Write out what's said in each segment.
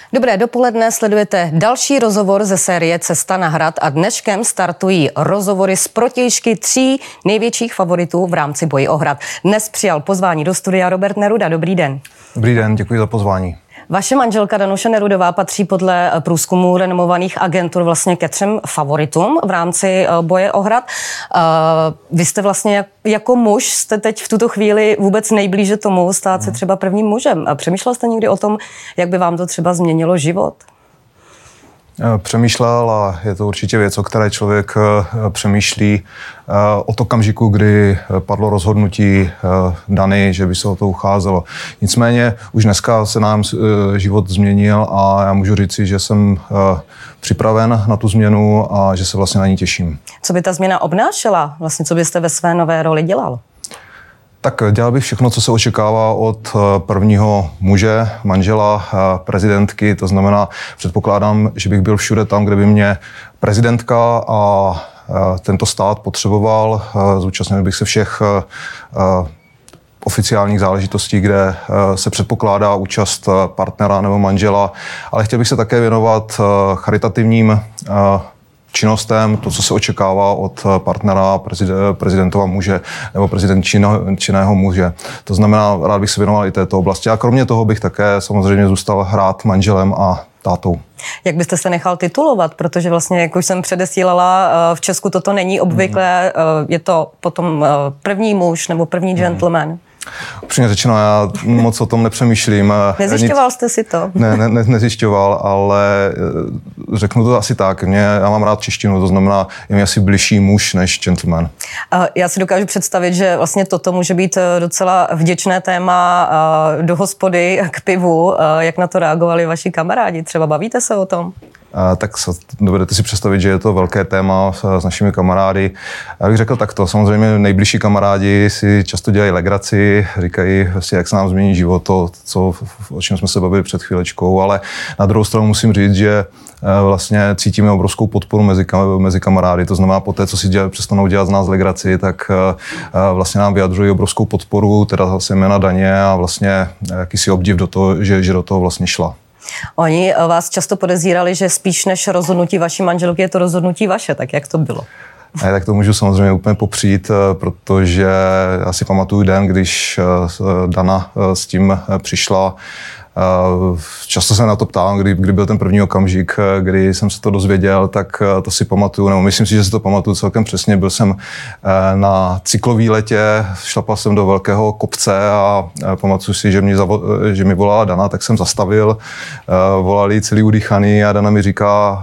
Dobré dopoledne, sledujete další rozhovor ze série Cesta na hrad a dneškem startují rozhovory s protějšky 3 největších favoritů v rámci boji o hrad. Dnes přijal pozvání do studia Robert Neruda. Dobrý den. Dobrý den, děkuji za pozvání. Vaše manželka Danuše Nerudová patří podle průzkumu renomovaných agentur vlastně ke 3 favoritům v rámci boje o hrad. Vy jste vlastně jako muž, jste teď v tuto chvíli vůbec nejblíže tomu stát se třeba prvním mužem. Přemýšlel jste někdy o tom, jak by vám to třeba změnilo život? Přemýšlel a je to určitě věc, o které člověk přemýšlí od okamžiku, kdy padlo rozhodnutí Dany, že by se o to ucházelo. Nicméně už dneska se nám život změnil a já můžu říci, že jsem připraven na tu změnu a že se vlastně na ní těším. Co by ta změna obnášela? Vlastně co byste ve své nové roli dělal? Tak dělal bych všechno, co se očekává od prvního muže, manžela, prezidentky. To znamená, předpokládám, že bych byl všude tam, kde by mě prezidentka a tento stát potřeboval. Zúčastnil bych se všech oficiálních záležitostí, kde se předpokládá účast partnera nebo manžela, ale chtěl bych se také věnovat charitativním činnostem, to, co se očekává od partnera, prezidentova muže nebo prezidentčinného muže. To znamená, rád bych se věnoval i této oblasti. A kromě toho bych také samozřejmě zůstal hrát manželem a tátou. Jak byste se nechal titulovat? Protože vlastně, jak už jsem předesílala, v Česku toto není obvyklé. Je to potom první muž nebo první gentleman. Upřímně řečeno, já moc o tom nepřemýšlím. Nezjišťoval jste si to? Nezjišťoval, ale řeknu to asi tak. Já mám rád češtinu, to znamená, je mi asi bližší muž než gentleman. Já si dokážu představit, že vlastně toto může být docela vděčné téma do hospody k pivu. Jak na to reagovali vaši kamarádi? Třeba bavíte se o tom? Tak dovedete si představit, že je to velké téma s našimi kamarády. Já bych řekl takto, samozřejmě nejbližší kamarádi si často dělají legraci, říkají, vlastně, jak se nám změní život, to, o čem jsme se bavili před chvílečkou, ale na druhou stranu musím říct, že vlastně cítíme obrovskou podporu mezi kamarády. To znamená, po té, co si přestanou dělat z nás legraci, tak vlastně nám vyjadřují obrovskou podporu, teda zase jména Daně a vlastně jakýsi obdiv do toho, že do toho vlastně šla. Oni vás často podezírali, že spíš než rozhodnutí vaší manželky je to rozhodnutí vaše, tak jak to bylo? Ne, tak to můžu samozřejmě úplně popřít, protože já si pamatuju den, když Dana s tím přišla. Často se na to ptám, kdy byl ten první okamžik, kdy jsem se to dozvěděl, tak to si pamatuju, nebo myslím si, že si to pamatuju celkem přesně. Byl jsem na cyklový letě, šlapal jsem do velkého kopce a pamatuju si, že mi volala Dana, tak jsem zastavil, volali celý udýchaný a Dana mi říká,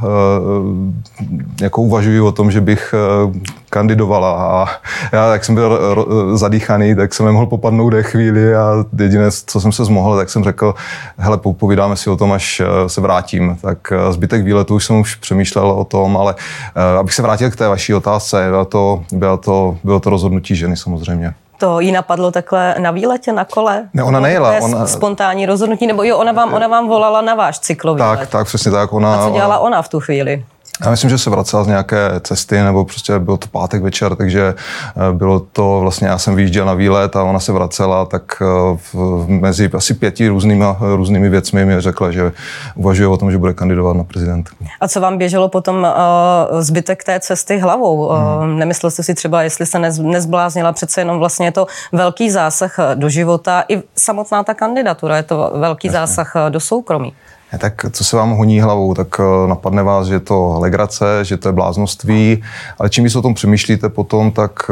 jako uvažuji o tom, že bych kandidovala a já, jak jsem byl zadýchaný, tak jsem nemohl popadnout dech chvíli a jediné, co jsem se zmohl, tak jsem řekl, hele, povídáme si o tom, až se vrátím. Tak zbytek výletu už jsem přemýšlel o tom, ale abych se vrátil k té vaší otázce, bylo to rozhodnutí ženy samozřejmě. To jí napadlo takhle na výletě, na kole? Ne, ona nejela. Spontánní rozhodnutí, nebo jo, ona vám volala na váš cyklový let. Tak, přesně tak. A co dělala ona v tu chvíli? Já myslím, že se vracela z nějaké cesty, nebo prostě byl to pátek večer, takže bylo to vlastně, já jsem vyjížděl na výlet a ona se vracela, tak mezi asi 5 různými věcmi mi řekla, že uvažuje o tom, že bude kandidovat na prezidentku. A co vám běželo potom zbytek té cesty hlavou? Nemyslel jste si třeba, jestli se nezbláznila, přece jenom vlastně je to velký zásah do života, i samotná ta kandidatura, je to velký zásah do soukromí. Tak co se vám honí hlavou, tak napadne vás, že je to legrace, že to je bláznoství, ale čím víc o tom přemýšlíte potom, tak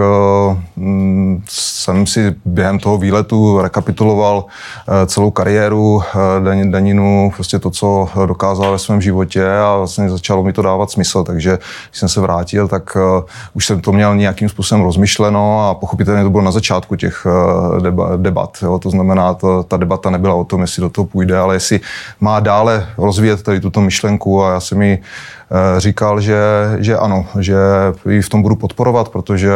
jsem si během toho výletu rekapituloval celou kariéru Daninu, prostě to, co dokázala ve svém životě a vlastně začalo mi to dávat smysl, takže když jsem se vrátil, tak už jsem to měl nějakým způsobem rozmyšleno a pochopitelně to bylo na začátku těch debat, jo? To znamená, ta debata nebyla o tom, jestli do toho půjde, ale jestli má dále rozvíjet tady tuto myšlenku a já jsem jí říkal, že ano, že ji v tom budu podporovat,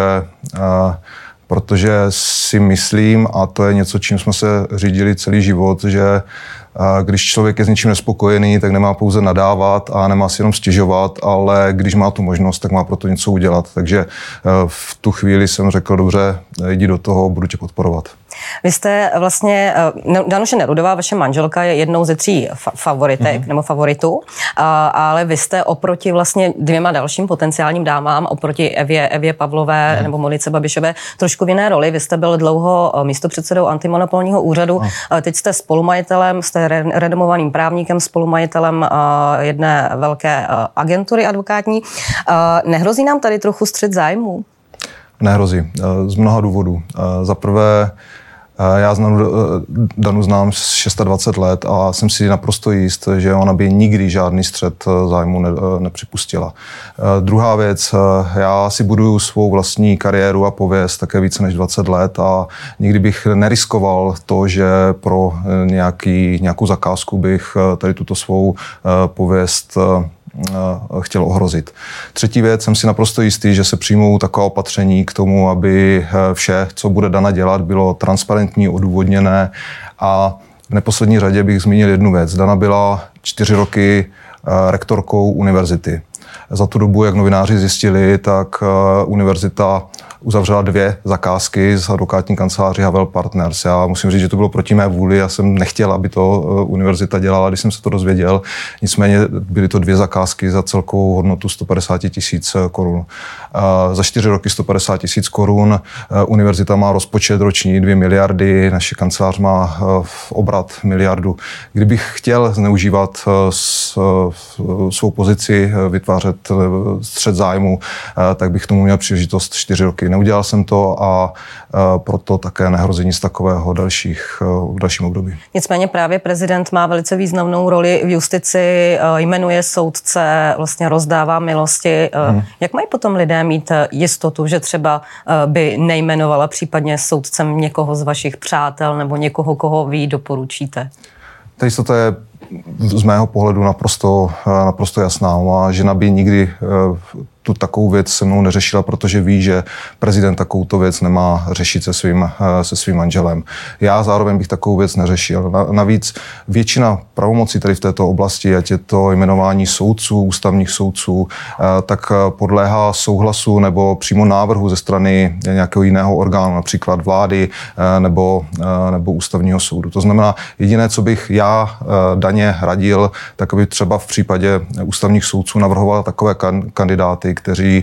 protože si myslím, a to je něco, čím jsme se řídili celý život, že když člověk je s něčím nespokojený, tak nemá pouze nadávat a nemá si jenom stěžovat, ale když má tu možnost, tak má pro to něco udělat. Takže v tu chvíli jsem řekl, dobře, jdi do toho, budu tě podporovat. Vy jste vlastně, Danuše Nerudová, vaše manželka, je jednou ze 3 favoritek nebo favoritů, ale vy jste oproti vlastně 2 dalším potenciálním dámám, oproti Evě Pavlové nebo Monice Babišové, trošku v jiné roli. Vy jste byl dlouho místopředsedou antimonopolního úřadu, teď jste spolumajitelem, jste renomovaným právníkem, spolumajitelem jedné velké agentury advokátní. Nehrozí nám tady trochu střet zájmů? Nehrozí. Z mnoha důvodů. Za prvé, já Danu znám 26 let a jsem si naprosto jist, že ona by nikdy žádný střet zájmu nepřipustila. Druhá věc, já si buduju svou vlastní kariéru a pověst také více než 20 let a nikdy bych neriskoval to, že pro nějakou zakázku bych tady tuto svou pověst chtěl ohrozit. Třetí věc, jsem si naprosto jistý, že se přijmou taková opatření k tomu, aby vše, co bude Dana dělat, bylo transparentní, odůvodněné a v neposlední řadě bych zmínil jednu věc. Dana byla 4 roky rektorkou univerzity. Za tu dobu, jak novináři zjistili, tak univerzita uzavřela 2 zakázky z advokátní kanceláři Havel Partners. Já musím říct, že to bylo proti mé vůli. Já jsem nechtěl, aby to univerzita dělala, když jsem se to dozvěděl. Nicméně byly to 2 zakázky za celkovou hodnotu 150 000 korun. Za 4 roky 150 000 korun. Univerzita má rozpočet roční 2 miliardy, naše kancelář má obrat 1 miliardu. Kdybych chtěl zneužívat svou pozici, vytvářet střet zájmu, tak bych tomu měl příležitost 4 roky. Neudělal jsem to a proto také nehrozí nic takového v dalším období. Nicméně právě prezident má velice významnou roli v justici, jmenuje soudce, vlastně rozdává milosti. Jak mají potom lidé mít jistotu, že třeba by nejmenovala případně soudcem někoho z vašich přátel nebo někoho, koho vy doporučíte? Ta jistota je z mého pohledu naprosto jasná. A žena by nikdy tu takovou věc se mnou neřešila, protože ví, že prezident takovouto věc nemá řešit se svým manželem. Já zároveň bych takovou věc neřešil. Navíc většina pravomocí tady v této oblasti, ať je to jmenování soudců, ústavních soudců, tak podléhá souhlasu nebo přímo návrhu ze strany nějakého jiného orgánu, například vlády nebo ústavního soudu. To znamená, jediné, co bych já Daně radil, tak aby třeba v případě ústavních soudců navrhovala takové kandidáty, kteří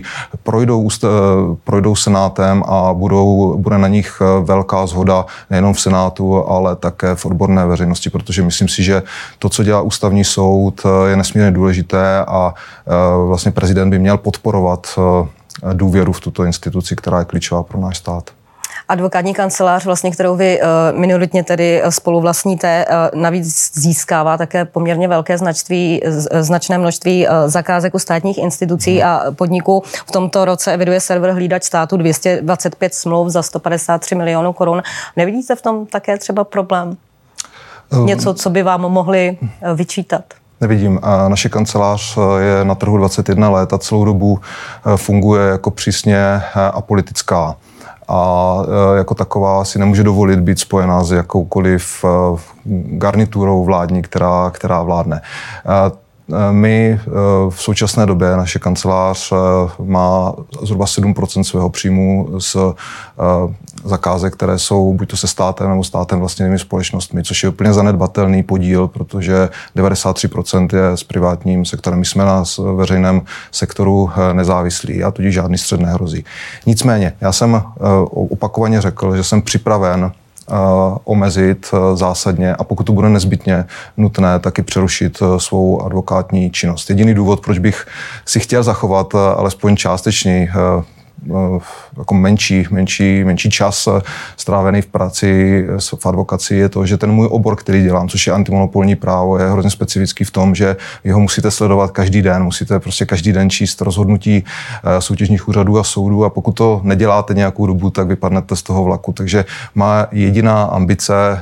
projdou senátem a bude na nich velká shoda nejenom v senátu, ale také v odborné veřejnosti, protože myslím si, že to, co dělá ústavní soud, je nesmírně důležité a vlastně prezident by měl podporovat důvěru v tuto instituci, která je klíčová pro náš stát. Advokátní kancelář, vlastně, kterou vy minoritně tedy spoluvlastníte, navíc získává také poměrně značné množství zakázek u státních institucí a podniků. V tomto roce eviduje server Hlídač státu 225 smluv za 153 milionů korun. Nevidíte v tom také třeba problém? Něco, co by vám mohli vyčítat? Nevidím. Naše kancelář je na trhu 21 let a celou dobu funguje jako přísně apolitická. A jako taková si nemůže dovolit být spojená s jakoukoliv garniturou vládní, která vládne. My v současné době, naše kancelář má zhruba 7% svého příjmu z zakázek, které jsou buď to se státem nebo státem vlastněnými společnostmi, což je úplně zanedbatelný podíl, protože 93% je s privátním sektorem. My jsme na veřejném sektoru nezávislí a tudíž žádný střet nehrozí. Nicméně, já jsem opakovaně řekl, že jsem připraven omezit zásadně a pokud to bude nezbytně nutné, taky přerušit svou advokátní činnost. Jediný důvod, proč bych si chtěl zachovat alespoň částečný jako menší čas strávený v práci v advokaci je to, že ten můj obor, který dělám, což je antimonopolní právo, je hrozně specifický v tom, že jeho musíte sledovat každý den, musíte prostě každý den číst rozhodnutí soutěžních úřadů a soudů a pokud to neděláte nějakou dobu, tak vypadnete z toho vlaku. Takže má jediná ambice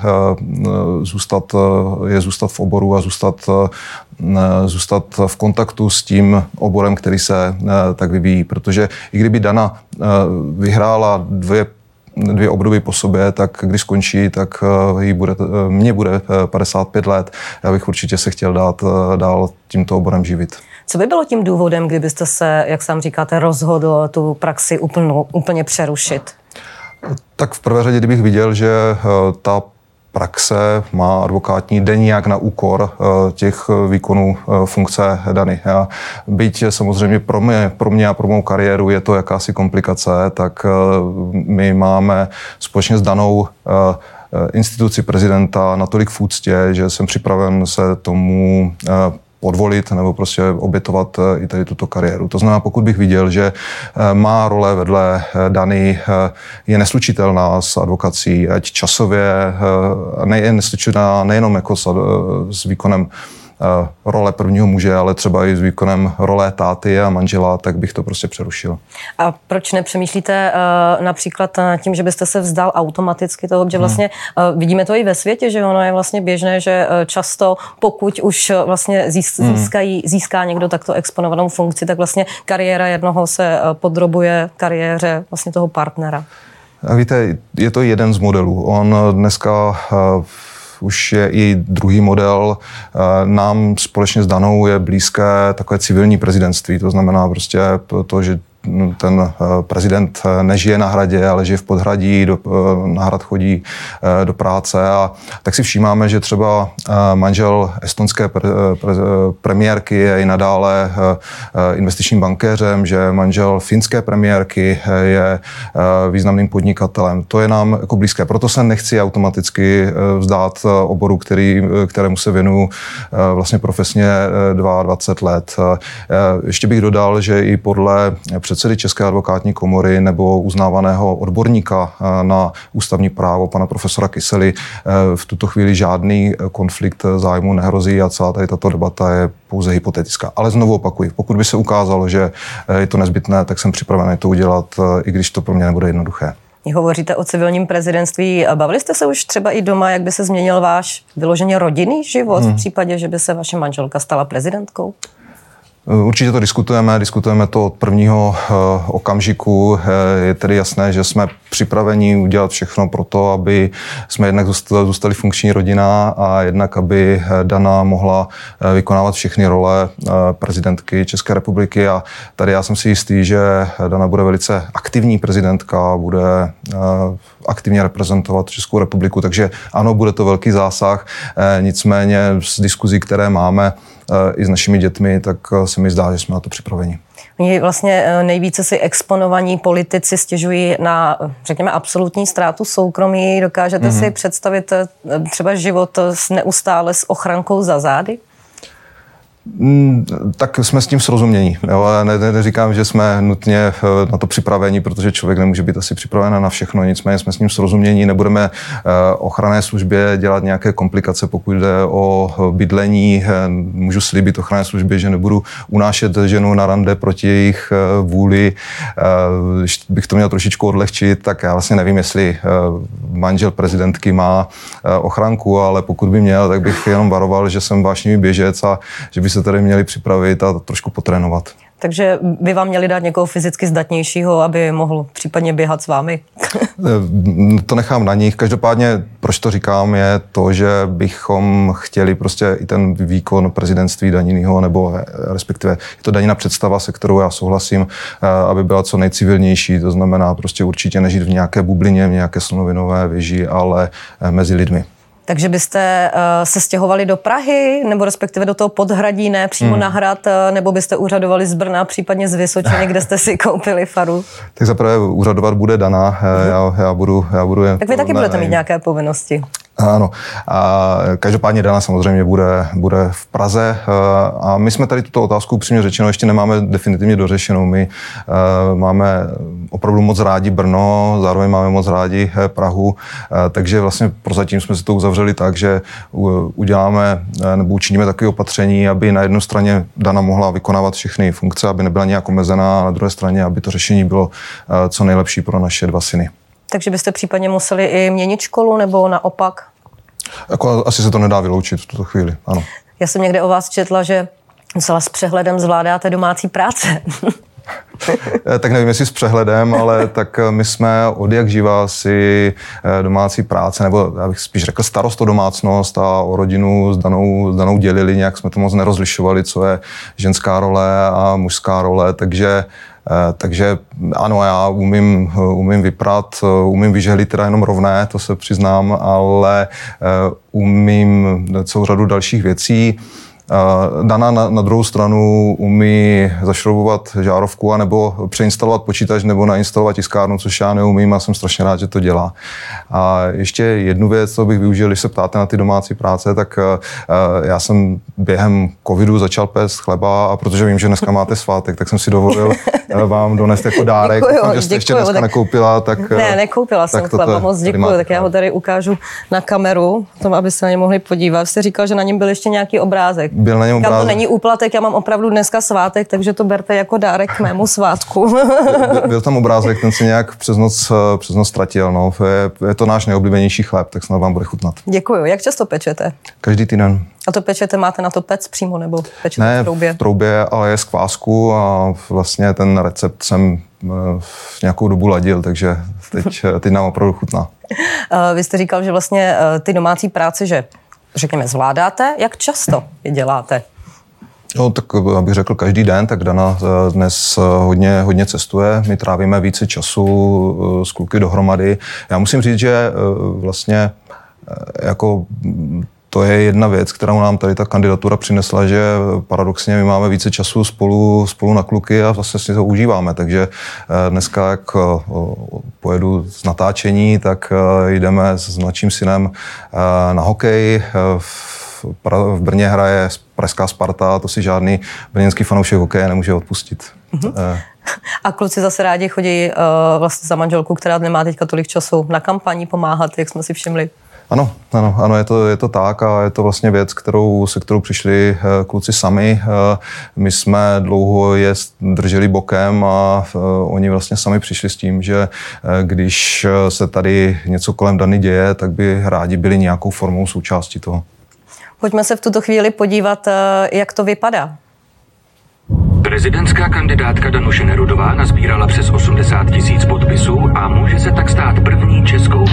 zůstat v oboru a zůstat v kontaktu s tím oborem, který se tak vyvíjí. Protože i kdyby Dana vyhrála dvě období po sobě, tak když skončí, tak mně bude 55 let. Já bych určitě se chtěl dál tímto oborem živit. Co by bylo tím důvodem, kdybyste se, jak sám říkáte, rozhodl tu praxi úplně přerušit? Tak v prvé řadě, kdybych viděl, že ta praxe má advokátní jde nějak na úkor těch výkonů funkce Dany. Byť samozřejmě pro mě a pro mou kariéru je to jakási komplikace, tak my máme společně s Danou instituci prezidenta natolik v úctě, že jsem připraven se tomu podvolit nebo prostě obětovat i tady tuto kariéru. To znamená, pokud bych viděl, že má role vedle Dany je neslučitelná s advokací, ať časově, neslučitelná nejenom jako s výkonem role prvního muže, ale třeba i s výkonem role táty a manžela, tak bych to prostě přerušil. A proč nepřemýšlíte například tím, že byste se vzdal automaticky toho, že vlastně vidíme to i ve světě, že ono je vlastně běžné, že často pokud už vlastně získá někdo takto exponovanou funkci, tak vlastně kariéra jednoho se podrobuje kariéře vlastně toho partnera. A víte, je to jeden z modelů. On dneska už je i druhý model. Nám společně s Danou je blízké takové civilní prezidentství. To znamená prostě to, že ten prezident nežije na hradě, ale žije v podhradí, na hrad chodí do práce. A tak si všímáme, že třeba manžel estonské premiérky je i nadále investičním bankéřem, že manžel finské premiérky je významným podnikatelem. To je nám jako blízké. Proto se nechci automaticky vzdát oboru, kterému se věnuju vlastně profesně 22 let. Ještě bych dodal, že i podle předsedy České advokátní komory nebo uznávaného odborníka na ústavní právo, pana profesora Kysely, v tuto chvíli žádný konflikt zájmu nehrozí a celá tady tato debata je pouze hypotetická. Ale znovu opakuji, pokud by se ukázalo, že je to nezbytné, tak jsem připraven to udělat, i když to pro mě nebude jednoduché. Hovoříte o civilním prezidentství. Bavili jste se už třeba i doma, jak by se změnil váš vyloženě rodinný život v případě, že by se vaše manželka stala prezidentkou? Určitě to diskutujeme to od prvního okamžiku. Je tedy jasné, že jsme připraveni udělat všechno pro to, aby jsme jednak zůstali funkční rodina a jednak, aby Dana mohla vykonávat všechny role prezidentky České republiky. A tady já jsem si jistý, že Dana bude velice aktivní prezidentka, bude aktivně reprezentovat Českou republiku, takže ano, bude to velký zásah, nicméně z diskuzí, které máme i s našimi dětmi, tak se mi zdá, že jsme na to připraveni. Oni vlastně nejvíce si exponovaní politici stěžují na, řekněme, absolutní ztrátu soukromí. Dokážete si představit třeba život neustále s ochrankou za zády? Tak jsme s tím srozumění. Neříkám, že jsme nutně na to připraveni, protože člověk nemůže být asi připraven na všechno, nicméně jsme s ním srozumění. Nebudeme ochranné službě dělat nějaké komplikace, pokud jde o bydlení. Můžu slíbit ochranné službě, že nebudu unášet ženu na rande proti jejich vůli. Když bych to měl trošičku odlehčit, tak já vlastně nevím, jestli manžel prezidentky má ochranku, ale pokud by měl, tak bych jenom varoval, že jsem vášnivý běžec a že by se tady měli připravit a trošku potrénovat. Takže by vám měli dát někoho fyzicky zdatnějšího, aby mohl případně běhat s vámi? To nechám na nich. Každopádně, proč to říkám, je to, že bychom chtěli prostě i ten výkon prezidentství Daniného, nebo respektive je to Danina představa, se kterou já souhlasím, aby byla co nejcivilnější. To znamená prostě určitě nežít v nějaké bublině, v nějaké slonovinové věži, ale mezi lidmi. Takže byste se stěhovali do Prahy, nebo respektive do toho podhradí, ne přímo na hrad, nebo byste úřadovali z Brna, případně z Vysočiny, kde jste si koupili faru? Tak zaprvé úřadovat bude Dana, já budu tak vy taky budete mít nějaké povinnosti. Ano. A každopádně Dana samozřejmě bude v Praze a my jsme tady tuto otázku upřímně řečeno ještě nemáme definitivně dořešenou. My máme opravdu moc rádi Brno, zároveň máme moc rádi Prahu, takže vlastně prozatím jsme si to uzavřeli tak, že uděláme nebo učiníme takové opatření, aby na jedné straně Dana mohla vykonávat všechny funkce, aby nebyla nějak omezená, a na druhé straně, aby to řešení bylo co nejlepší pro naše dva syny. Takže byste případně museli i měnit školu, nebo naopak? Jako asi se to nedá vyloučit v tuto chvíli, ano. Já jsem někde o vás četla, že docela s přehledem zvládáte domácí práce. Tak nevím, jestli s přehledem, ale tak my jsme od jak živa si domácí práce, nebo já bych spíš řekl starost o domácnost a o rodinu s Danou dělili, nějak jsme to moc nerozlišovali, co je ženská role a mužská role, takže ano, já umím vyprat, umím vyžehlit teda jenom rovné, to se přiznám, ale umím celou řadu dalších věcí. Dana na druhou stranu umí zašroubovat žárovku anebo přeinstalovat počítač nebo nainstalovat tiskárnu, což já neumím a jsem strašně rád, že to dělá. A ještě jednu věc, co bych využil, když se ptáte na ty domácí práce, tak já jsem během covidu začal péct chleba a protože vím, že dneska máte svátek, tak jsem si dovolil vám donést jako dárek. Děkuju, že jste ještě dneska nekoupila, tak... Ne, nekoupila jsem chleba, moc děkuju, tak já ho tady ukážu na kameru, tom, aby se na ně mohli podívat. Jste říkal, že na něm byl ještě nějaký obrázek. Byl na něm obrázek. To není úplatek, já mám opravdu dneska svátek, takže to berte jako dárek k mému svátku. Byl tam obrázek, ten se nějak přes noc ztratil. No. Je to náš nejoblíbenější chléb, tak snad vám bude chutnat. Děkuju. Jak často pečete? Každý týden. A to pečete, máte na to pec přímo, nebo pečete v troubě? Ne, v troubě, ale je z kvásku a vlastně ten recept jsem v nějakou dobu ladil, takže teď nám opravdu chutná. Vy jste říkal, že vlastně ty domácí práce, že řekněme zvládáte, jak často je děláte? No, tak abych řekl každý den, tak Dana dnes hodně cestuje. My trávíme více času s kluky dohromady. Já musím říct, že vlastně jako to je jedna věc, kterou nám tady ta kandidatura přinesla, že paradoxně my máme více času spolu na kluky a vlastně si to užíváme. Takže dneska, jak pojedu z natáčení, tak jdeme s mladším synem na hokej. V Brně hraje pražská Sparta, to si žádný brněnský fanoušek hokeje nemůže odpustit. A kluci zase rádi chodí vlastně za manželku, která nemá teďka tolik času na kampani pomáhat, jak jsme si všimli. Ano, je to tak a je to vlastně věc, se kterou přišli kluci sami. My jsme dlouho je drželi bokem a oni vlastně sami přišli s tím, že když se tady něco kolem Dany děje, tak by rádi byli nějakou formou součástí toho. Pojďme se v tuto chvíli podívat, jak to vypadá. Prezidentská kandidátka Danuše Nerudová nazbírala přes 80 000 podpisů a může se tak stát první českou.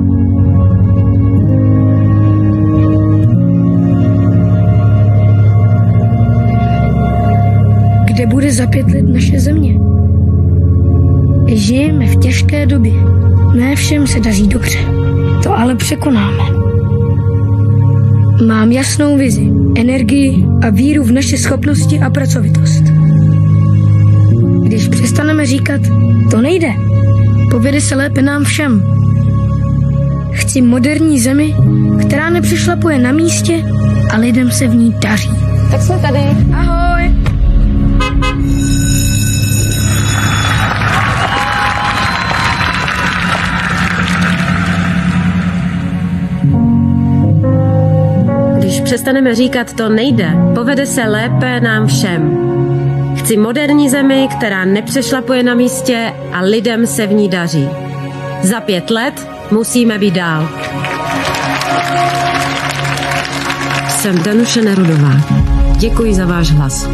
Kde bude za 5 let naše země? Žijeme v těžké době. Ne všem se daří dobře. To ale překonáme. Mám jasnou vizi, energii a víru v naše schopnosti a pracovitost. Když přestaneme říkat, to nejde, povede se lépe nám všem. Chci moderní zemi, která nepřešlapuje na místě a lidem se v ní daří. Tak jsme tady. Ahoj! Když přestaneme říkat, to nejde, povede se lépe nám všem. Chci moderní zemi, která nepřešlapuje na místě a lidem se v ní daří. Za 5 let musíme být dál. Jsem Danuše Nerudová. Děkuji za váš hlas.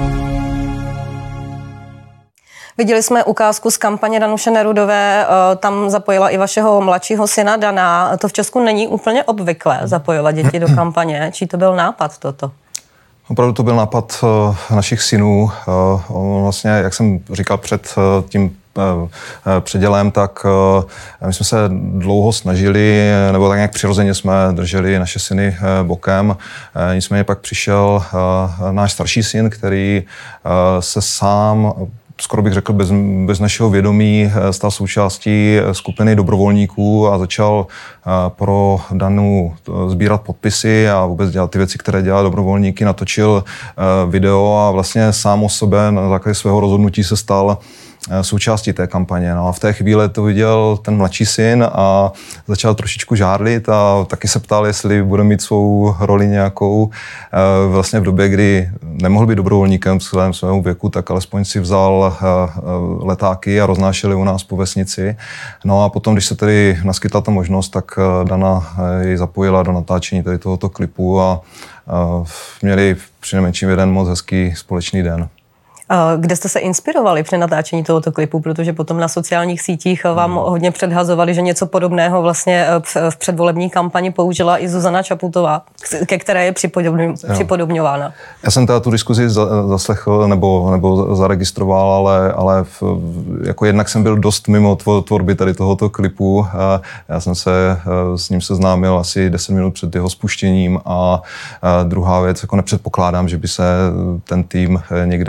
Viděli jsme ukázku z kampaně Danuše Nerudové, tam zapojila i vašeho mladšího syna Dana. To v Česku není úplně obvyklé zapojovat děti do kampaně. Čí to byl nápad toto? Opravdu to byl nápad našich synů. Vlastně, jak jsem říkal před tím předělem, tak my jsme se dlouho snažili, nebo tak nějak přirozeně jsme drželi naše syny bokem. Nicméně pak přišel náš starší syn, který se sám, skoro bych řekl bez našeho vědomí, stal součástí skupiny dobrovolníků a začal pro Danu sbírat podpisy a vůbec dělat ty věci, které dělá dobrovolníky. Natočil video a vlastně sám o sebe na základě svého rozhodnutí se stal součástí té kampaně. No a v té chvíli to viděl ten mladší syn a začal trošičku žárlit a taky se ptal, jestli bude mít svou roli nějakou. Vlastně v době, kdy nemohl být dobrovolníkem vzhledem svému věku, tak alespoň si vzal letáky a roznášeli u nás po vesnici. No a potom, když se tedy naskytla ta možnost, tak Dana ji zapojila do natáčení tady tohoto klipu a měli přinejmenším jeden moc hezký společný den. Kde jste se inspirovali při natáčení tohoto klipu, protože potom na sociálních sítích vám hodně předhazovali, že něco podobného vlastně v předvolební kampani použila i Zuzana Čaputová, ke které je připodobňována. Já jsem teda tu diskuzi zaslechl nebo zaregistroval, ale jako jednak jsem byl dost mimo tvorby tady tohoto klipu. Já jsem se s ním seznámil asi 10 minut před jeho spuštěním a druhá věc, jako nepředpokládám, že by se ten tým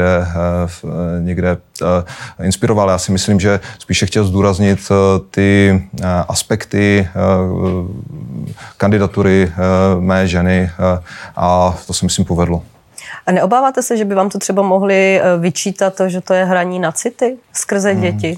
někde inspiroval. Já si myslím, že spíše chtěl zdůraznit ty aspekty kandidatury mé ženy a to se myslím povedlo. A neobáváte se, že by vám to třeba mohli vyčítat to, že to je hraní na city skrze děti?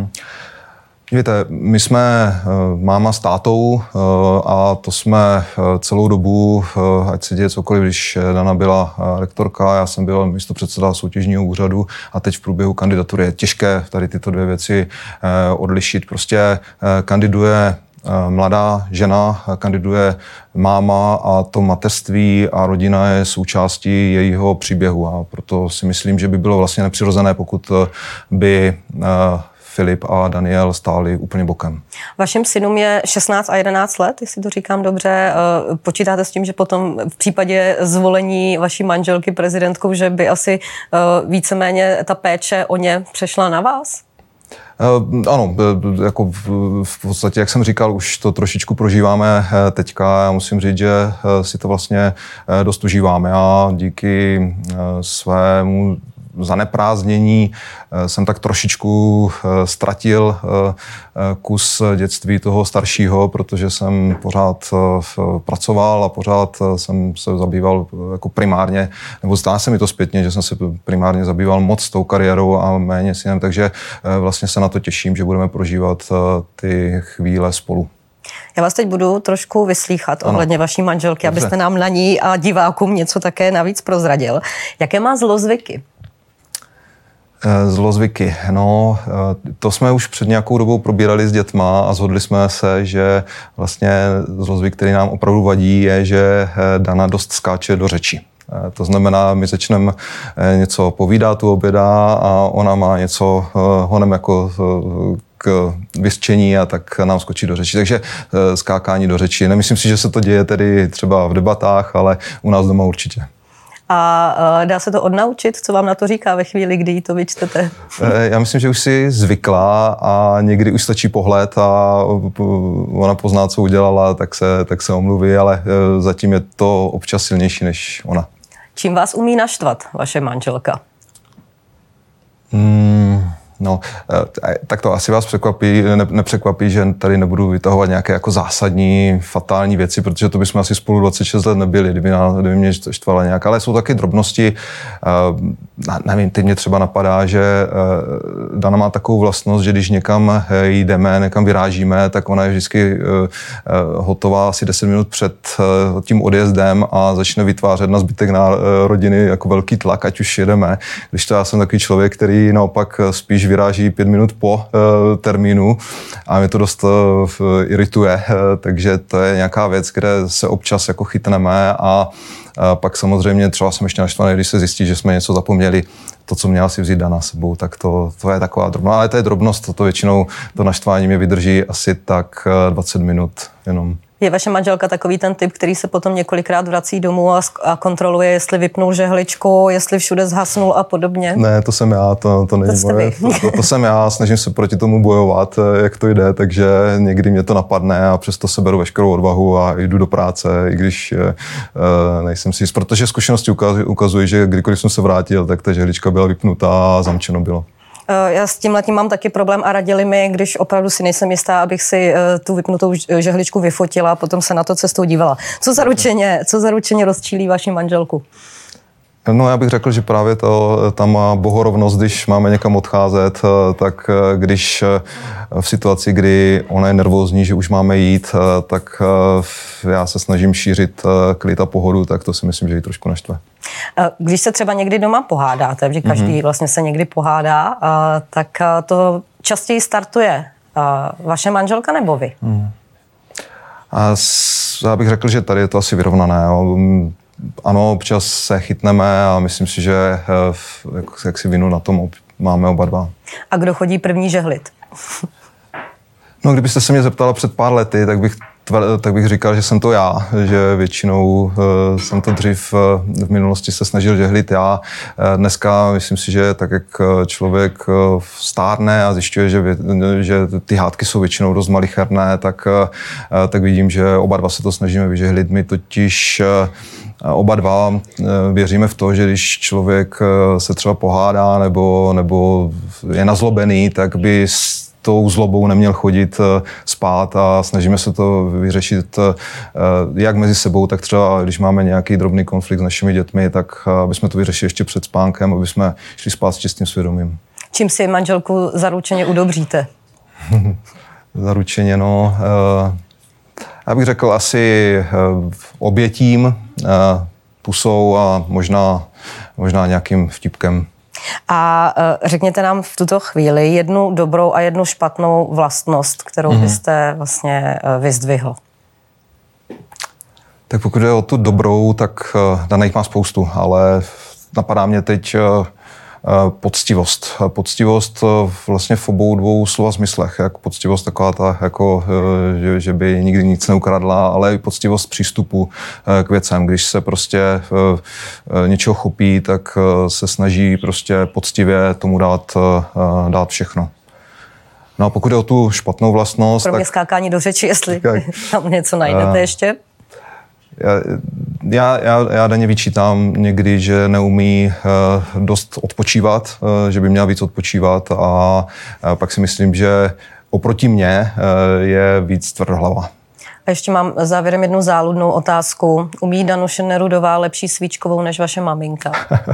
Víte, my jsme máma s tátou a to jsme celou dobu, ať se děje cokoliv, když Dana byla rektorka, já jsem byl místopředseda soutěžního úřadu a teď v průběhu kandidatury je těžké tady tyto dvě věci odlišit. Prostě kandiduje mladá žena, kandiduje máma a to mateřství a rodina je součástí jejího příběhu a proto si myslím, že by bylo vlastně nepřirozené, pokud by Filip a Daniel stáli úplně bokem. Vašim synům je 16 a 11 let, jestli to říkám dobře. Počítáte s tím, že potom v případě zvolení vaší manželky prezidentkou, že by asi víceméně ta péče o ně přešla na vás? Ano, jako v podstatě, jak jsem říkal, už to trošičku prožíváme teďka. Já musím říct, že si to vlastně dost užíváme. Já díky svému zaneprázdnění jsem tak trošičku ztratil kus dětství toho staršího, protože jsem pořád pracoval a pořád jsem se zabýval jako primárně, nebo zdá se mi to zpětně, že jsem se primárně zabýval moc tou kariérou a méně synem, takže vlastně se na to těším, že budeme prožívat ty chvíle spolu. Já vás teď budu trošku vyslýchat ohledně vaší manželky, Dobře. abyste nám na ní a divákům něco také navíc prozradil. Jaké má zlozvyky? Zlozvyky. No, to jsme už před nějakou dobou probírali s dětma a shodli jsme se, že vlastně zlozvyk, který nám opravdu vadí, je, že Dana dost skáče do řeči. To znamená, my začneme něco povídat u oběda a ona má něco honem jako k vyřčení a tak nám skočí do řeči. Takže skákání do řeči. Nemyslím si, že se to děje tedy třeba v debatách, ale u nás doma určitě. A dá se to odnaučit? Co vám na to říká ve chvíli, kdy jí to vyčtete? Já myslím, že už si zvykla a někdy už stačí pohled a ona pozná, co udělala, tak se omluví, ale zatím je to občas silnější než ona. Čím vás umí naštvat vaše manželka? No, tak to asi vás nepřekvapí, že tady nebudu vytahovat nějaké jako zásadní, fatální věci, protože to bychom asi spolu 26 let nebyli, kdyby mě štvala nějak. Ale jsou taky drobnosti, nevím, teď mě třeba napadá, že Dana má takovou vlastnost, že když někam jdeme, někam vyrážíme, tak ona je vždycky hotová asi 10 minut před tím odjezdem a začne vytvářet na zbytek rodiny jako velký tlak, ať už jedeme. Když to já jsem takový člověk, který naopak spíš vyráží 5 minut po termínu a mě to dost irituje, takže to je nějaká věc, kde se občas jako chytneme a pak samozřejmě třeba jsem ještě naštvaný, když se zjistí, že jsme něco zapomněli, to, co měla si vzít Dana sebou, tak to je taková drobnost, ale to je drobnost, to většinou to naštvání mě vydrží asi tak 20 minut jenom. Je vaše manželka takový ten typ, který se potom několikrát vrací domů a kontroluje, jestli vypnul žehličku, jestli všude zhasnul a podobně? Ne, to jsem já, to není moje. To jsem já, snažím se proti tomu bojovat, jak to jde, takže někdy mě to napadne a přesto se beru veškerou odvahu a jdu do práce, i když nejsem si jist, protože zkušenosti ukazují, že kdykoliv jsem se vrátil, tak ta žehlička byla vypnutá a zamčeno bylo. Já s tímhletím mám taky problém a radili mi, když opravdu si nejsem jistá, abych si tu vypnutou žehličku vyfotila a potom se na to cestou dívala. Co zaručeně rozčílí vaši manželku? No, já bych řekl, že právě ta má bohorovnost, když máme někam odcházet, tak když v situaci, kdy ona je nervózní, že už máme jít, tak já se snažím šířit klid a pohodu, tak to si myslím, že ji trošku naštve. Když se třeba někdy doma pohádáte, že každý vlastně se někdy pohádá, tak to častěji startuje vaše manželka nebo vy? Já bych řekl, že tady je to asi vyrovnané. ano, občas se chytneme a myslím si, že jak si vinu na tom máme oba dva. A kdo chodí první žehlit? No, kdybyste se mě zeptala před pár lety, tak bych říkal, že jsem to já, že většinou jsem to dřív v minulosti se snažil žehlit já. Dneska myslím si, že tak, jak člověk stárne a zjišťuje, že ty hádky jsou většinou dost malicherné, tak vidím, že oba dva se to snažíme vyžehlit. My totiž oba dva věříme v to, že když člověk se třeba pohádá nebo je nazlobený, tak by tou zlobou neměl chodit spát a snažíme se to vyřešit jak mezi sebou, tak třeba když máme nějaký drobný konflikt s našimi dětmi, tak aby jsme to vyřešili ještě před spánkem, aby jsme šli spát s čistým svědomím. Čím si manželku zaručeně udobříte? Zaručeně, no. Já bych řekl asi obětím, pusou a možná nějakým vtipkem. A řekněte nám v tuto chvíli jednu dobrou a jednu špatnou vlastnost, kterou byste vlastně vyzdvihl. Tak pokud je o tu dobrou, tak Dana jich má spoustu, ale napadá mě teď poctivost. Poctivost vlastně v obou dvou slova smyslech. Jak poctivost taková ta, jako, že by nikdy nic neukradla, ale i poctivost přístupu k věcem. Když se prostě něčeho chopí, tak se snaží prostě poctivě tomu dát všechno. No a pokud je o tu špatnou vlastnost... Kromě skákání do řeči, jestli tam něco najdete ještě? Já Daně vyčítám někdy, že neumí dost odpočívat, že by měla víc odpočívat a pak si myslím, že oproti mně je víc tvrdohlava. A ještě mám závěrem jednu záludnou otázku. Umí Danuše Nerudová lepší svíčkovou než vaše maminka?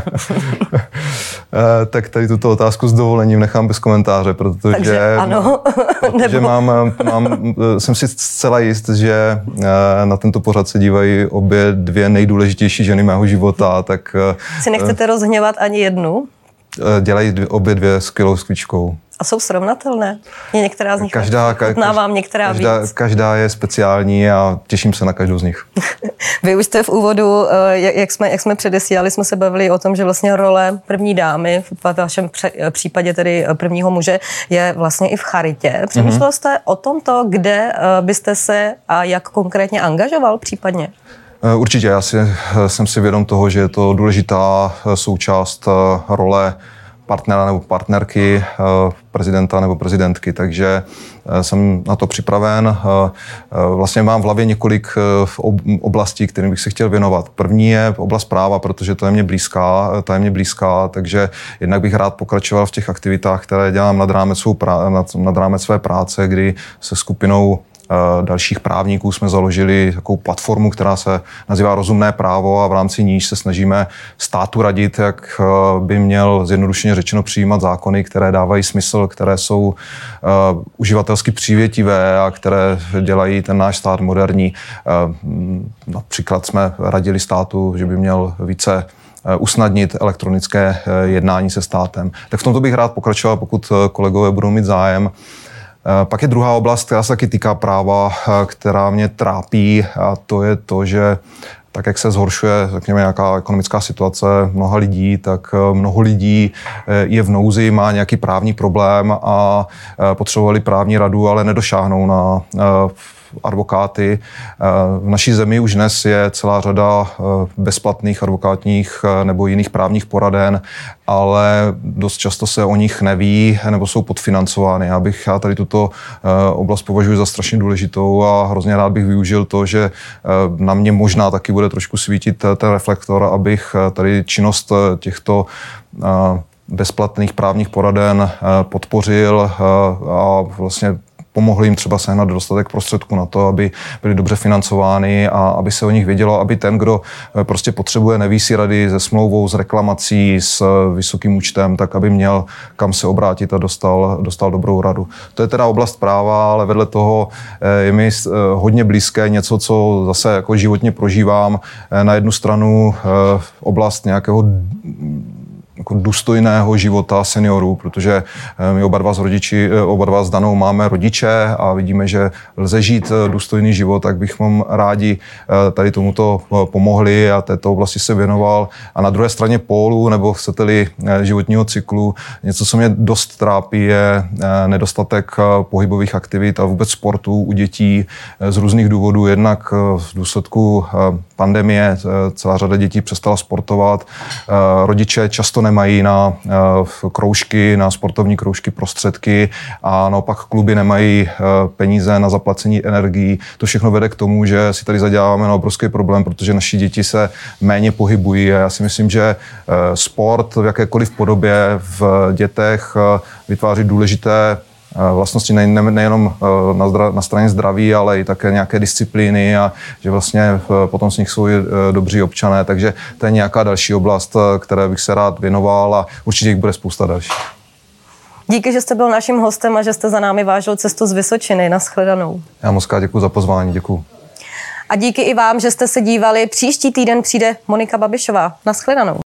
Tak tady tuto otázku s dovolením nechám bez komentáře, protože, takže ano, protože jsem si zcela jist, že na tento pořad se dívají obě dvě nejdůležitější ženy mého života. Tak si nechcete rozhněvat ani jednu? Dělají obě dvě skvělou svíčkou. A jsou srovnatelné? Je některá z nich chutnávám, některá víc? Každá je speciální a těším se na každou z nich. Vy už jste v úvodu, jak jsme předesílali, jsme se bavili o tom, že vlastně role první dámy, v vašem případě tedy prvního muže, je vlastně i v charitě. Přemýšlel jste o tomto, kde byste se a jak konkrétně angažoval případně? Určitě, jsem si vědom toho, že je to důležitá součást role partnera nebo partnerky, prezidenta nebo prezidentky, takže jsem na to připraven. Vlastně mám v hlavě několik oblastí, kterým bych se chtěl věnovat. První je oblast práva, protože to je mě blízká, takže jednak bych rád pokračoval v těch aktivitách, které dělám nad rámec své práce, kdy se skupinou dalších právníků jsme založili takovou platformu, která se nazývá Rozumné právo a v rámci níž se snažíme státu radit, jak by měl zjednodušeně řečeno přijímat zákony, které dávají smysl, které jsou uživatelsky přívětivé a které dělají ten náš stát moderní. Například jsme radili státu, že by měl více usnadnit elektronické jednání se státem. Tak v tomto bych rád pokračoval, pokud kolegové budou mít zájem. Pak je druhá oblast, která se taky týká práva, která mě trápí, a to je to, že tak, jak se zhoršuje, řekněme, nějaká ekonomická situace mnoha lidí, tak mnoho lidí je v nouzi, má nějaký právní problém a potřebovali právní radu, ale nedošáhnou na advokáty. V naší zemi už dnes je celá řada bezplatných advokátních nebo jiných právních poraden, ale dost často se o nich neví nebo jsou podfinancovány. Já tady tuto oblast považuji za strašně důležitou a hrozně rád bych využil to, že na mě možná taky bude trošku svítit ten reflektor, abych tady činnost těchto bezplatných právních poraden podpořil a vlastně pomohli jim třeba sehnat dostatek prostředků na to, aby byly dobře financovány a aby se o nich vědělo, aby ten, kdo prostě potřebuje, neví si rady se smlouvou, s reklamací, s vysokým účtem, tak aby měl kam se obrátit a dostal dobrou radu. To je teda oblast práva, ale vedle toho je mi hodně blízké něco, co zase jako životně prožívám. Na jednu stranu oblast nějakého jako důstojného života seniorů, protože my oba dva s Danou máme rodiče a vidíme, že lze žít důstojný život, tak bychom rádi tady tomuto pomohli a této oblasti se věnoval. A na druhé straně pólu, nebo chcete-li životního cyklu, něco, co mě dost trápí, je nedostatek pohybových aktivit a vůbec sportu u dětí z různých důvodů. Jednak v důsledku pandemie celá řada dětí přestala sportovat. Rodiče často nemají na kroužky, na sportovní kroužky prostředky a naopak kluby nemají peníze na zaplacení energií. To všechno vede k tomu, že si tady zaděláváme na obrovský problém, protože naši děti se méně pohybují a já si myslím, že sport v jakékoliv podobě v dětech vytváří důležité vlastnosti nejenom na straně zdraví, ale i také nějaké disciplíny a že vlastně potom z nich jsou dobří občané. Takže to je nějaká další oblast, které bych se rád věnoval a určitě jich bude spousta dalších. Díky, že jste byl naším hostem a že jste za námi vážil cestu z Vysočiny. Nashledanou. Já moc krát děkuji za pozvání, děkuji. A díky i vám, že jste se dívali. Příští týden přijde Monika Babišová. Nashledanou.